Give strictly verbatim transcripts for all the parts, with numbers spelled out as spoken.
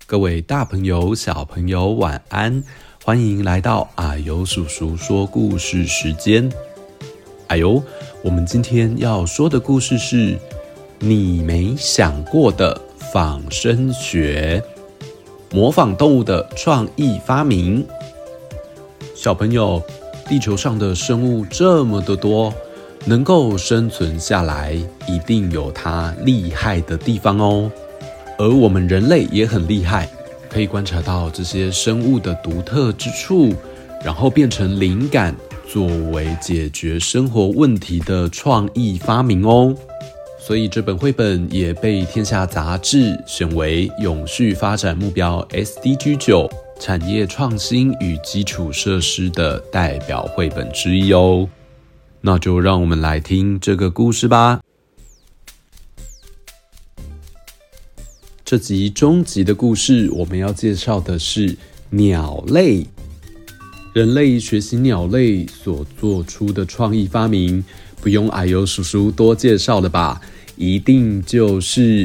各位大朋友、小朋友晚安，欢迎来到啊呦叔叔说故事时间。啊呦，我们今天要说的故事是你没想过的仿生学，模仿动物的创意发明。小朋友，地球上的生物这么的多，能够生存下来，一定有它厉害的地方哦。而我们人类也很厉害，可以观察到这些生物的独特之处，然后变成灵感，作为解决生活问题的创意发明哦。所以这本绘本也被天下杂志选为永续发展目标 S D G 九 产业创新与基础设施的代表绘本之一哦。那就让我们来听这个故事吧。这集终极的故事，我们要介绍的是鸟类。人类学习鸟类所做出的创意发明，不用啊呦叔叔多介绍了吧？一定就是，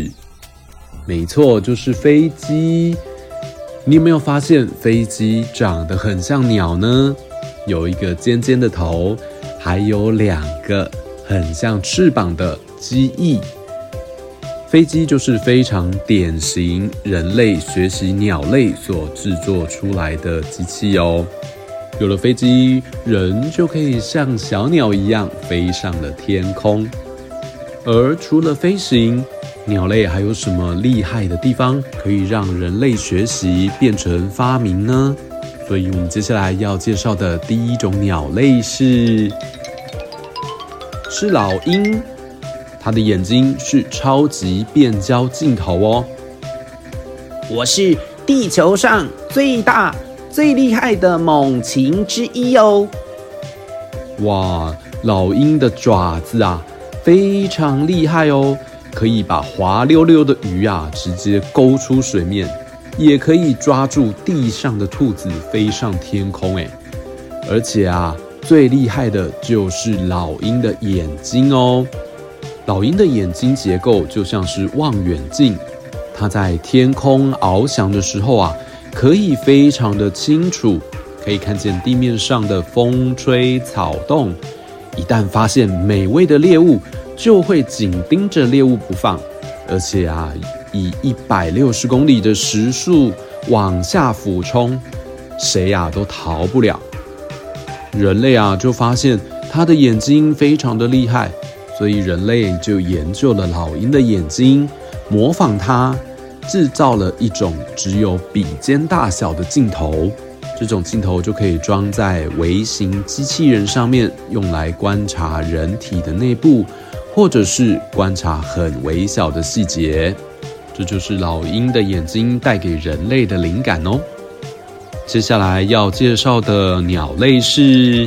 没错，就是飞机。你有没有发现飞机长得很像鸟呢？有一个尖尖的头，还有两个很像翅膀的机翼。飞机就是非常典型人类学习鸟类所制作出来的机器哦。有了飞机，人就可以像小鸟一样飞上了天空。而除了飞行，鸟类还有什么厉害的地方可以让人类学习变成发明呢？所以我们接下来要介绍的第一种鸟类是是老鹰。它的眼睛是超级变焦镜头哦。 我是地球上最大最厉害的猛禽之一哦。 哇，老鹰的爪子啊非常厉害哦，可以把滑溜溜的鱼啊直接勾出水面，也可以抓住地上的兔子飞上天空诶。而且啊，最厉害的就是老鹰的眼睛哦。老鹰的眼睛结构就像是望远镜，它在天空翱翔的时候啊，可以非常的清楚，可以看见地面上的风吹草动。一旦发现美味的猎物，就会紧盯着猎物不放，而且啊，以一百六十公里的时速往下俯冲，谁啊都逃不了。人类啊就发现它的眼睛非常的厉害。所以人类就研究了老鹰的眼睛，模仿它，制造了一种只有笔尖大小的镜头。这种镜头就可以装在微型机器人上面，用来观察人体的内部，或者是观察很微小的细节。这就是老鹰的眼睛带给人类的灵感哦。接下来要介绍的鸟类是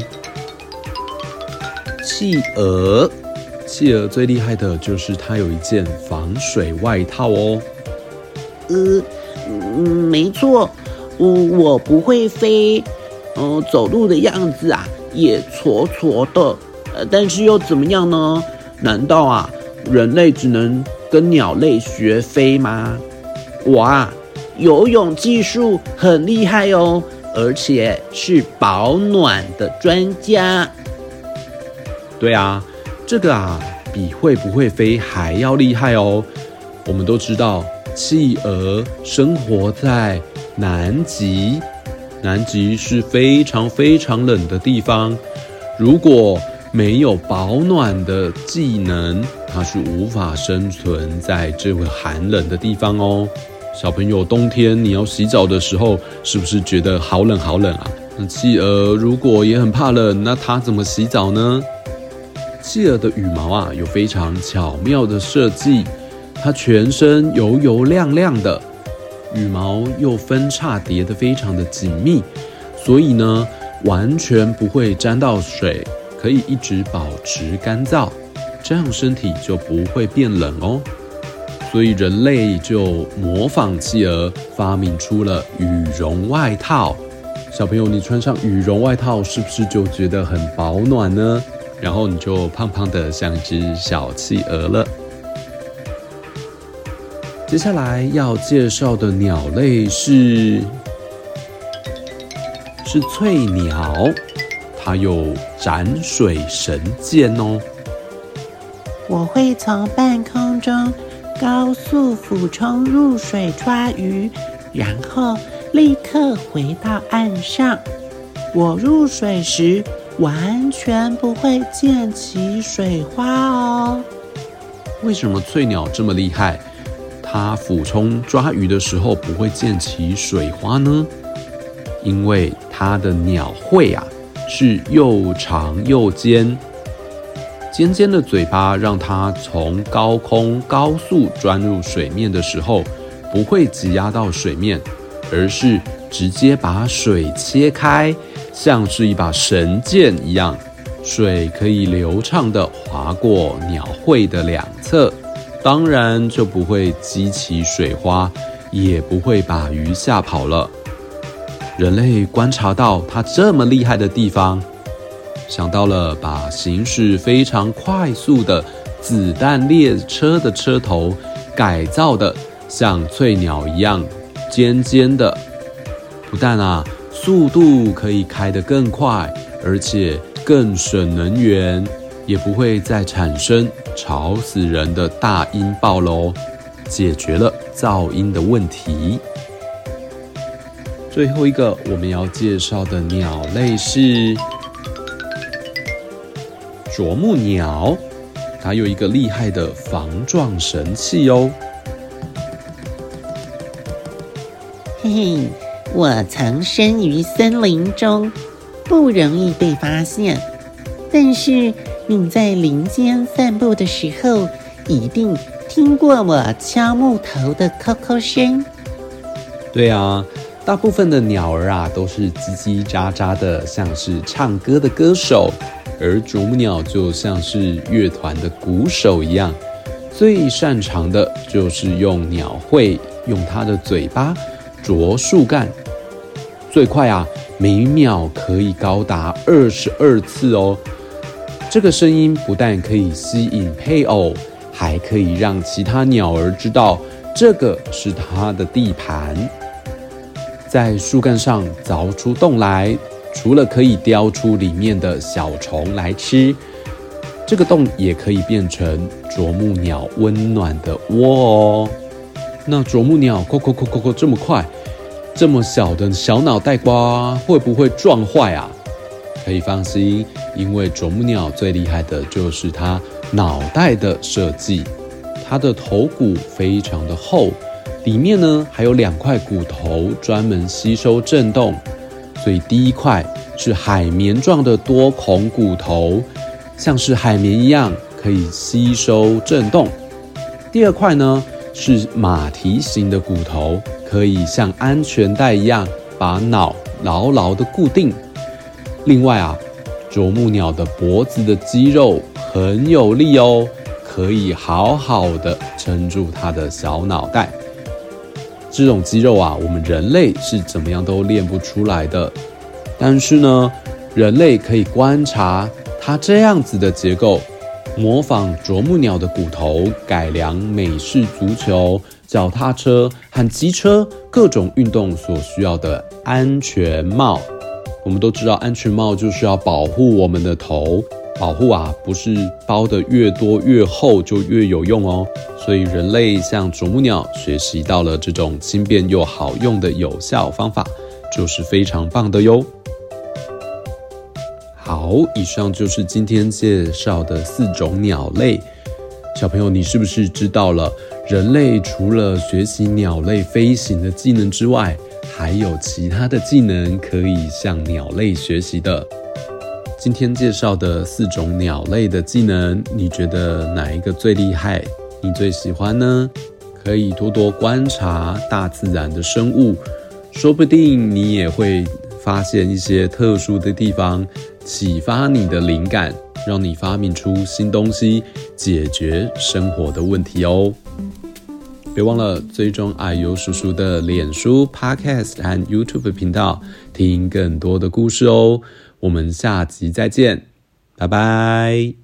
企鹅。企鹅最厉害的就是它有一件防水外套哦。 呃，嗯，没错，呃、我不会飞，呃，走路的样子啊也挫挫的，呃，但是又怎么样呢？难道啊，人类只能跟鸟类学飞吗？我啊，游泳技术很厉害哦，而且是保暖的专家。 对啊。这个啊，比会不会飞还要厉害哦。我们都知道，企鹅生活在南极，南极是非常非常冷的地方。如果没有保暖的技能，它是无法生存在这个寒冷的地方哦。小朋友，冬天你要洗澡的时候，是不是觉得好冷好冷啊？那企鹅如果也很怕冷，那它怎么洗澡呢？企鹅的羽毛啊，有非常巧妙的设计，它全身油油亮亮的，羽毛又分叉叠得非常的紧密，所以呢，完全不会沾到水，可以一直保持干燥，这样身体就不会变冷哦。所以人类就模仿企鹅，发明出了羽绒外套。小朋友，你穿上羽绒外套，是不是就觉得很保暖呢？然后你就胖胖的像一只小企鹅了。接接下来要介绍的鸟类是是翠鸟，它有展水神剑哦。 我会从半空中高速俯冲入水抓鱼，然后立刻回到岸上。我入水时完全不会溅起水花哦。 为什么翠鸟这么厉害？它俯冲抓鱼的时候不会溅起水花呢？因为它的鸟喙啊是又长又尖，尖尖的嘴巴让它从高空高速钻入水面的时候，不会挤压到水面，而是直接把水切开，像是一把神剑一样，水可以流畅地划过鸟喙的两侧，当然就不会激起水花，也不会把鱼吓跑了。人类观察到它这么厉害的地方，想到了把行驶非常快速的子弹列车的车头改造的像翠鸟一样尖尖的，不但啊速度可以开得更快，而且更省能源，也不会再产生吵死人的大音爆咯，解决了噪音的问题。最后一个我们要介绍的鸟类是啄木鸟，它有一个厉害的防撞神器哦。 嘿嘿，我藏身于森林中，不容易被发现。但是你在林间散步的时候，一定听过我敲木头的叩叩声。 对啊，大部分的鸟儿啊都是叽叽喳喳的，像是唱歌的歌手，而啄木鸟就像是乐团的鼓手一样，最擅长的就是用鸟喙，用它的嘴巴啄树干，最快啊每秒可以高达二十二次哦。这个声音不但可以吸引配偶，还可以让其他鸟儿知道这个是它的地盘。在树干上凿出洞来，除了可以叼出里面的小虫来吃，这个洞也可以变成啄木鸟温暖的窝哦。那啄木鸟扣扣扣扣扣这么快，这么小的小脑袋瓜会不会撞坏啊？可以放心，因为啄木鸟最厉害的就是它脑袋的设计，它的头骨非常的厚，里面呢还有两块骨头专门吸收震动，所以第一块是海绵状的多孔骨头，像是海绵一样可以吸收震动。第二块呢是马蹄形的骨头，可以像安全带一样把脑牢牢的固定。另外啊，啄木鸟的脖子的肌肉很有力哦，可以好好的撑住它的小脑袋。这种肌肉啊，我们人类是怎么样都练不出来的。但是呢，人类可以观察它这样子的结构，模仿啄木鸟的骨头，改良美式足球、脚踏车和机车各种运动所需要的安全帽。我们都知道，安全帽就是要保护我们的头。保护啊，不是包得越多越厚就越有用哦。所以人类向啄木鸟学习到了这种轻便又好用的有效方法，就是非常棒的哟。好，以上就是今天介绍的四种鸟类。小朋友，你是不是知道了，人类除了学习鸟类飞行的技能之外，还有其他的技能可以向鸟类学习的？今天介绍的四种鸟类的技能，你觉得哪一个最厉害？你最喜欢呢？可以多多观察大自然的生物，说不定你也会发现一些特殊的地方，启发你的灵感，让你发明出新东西，解决生活的问题哦。别忘了追踪啊呦叔叔的脸书、Podcast 和 YouTube 频道，听更多的故事哦。我们下集再见，拜拜。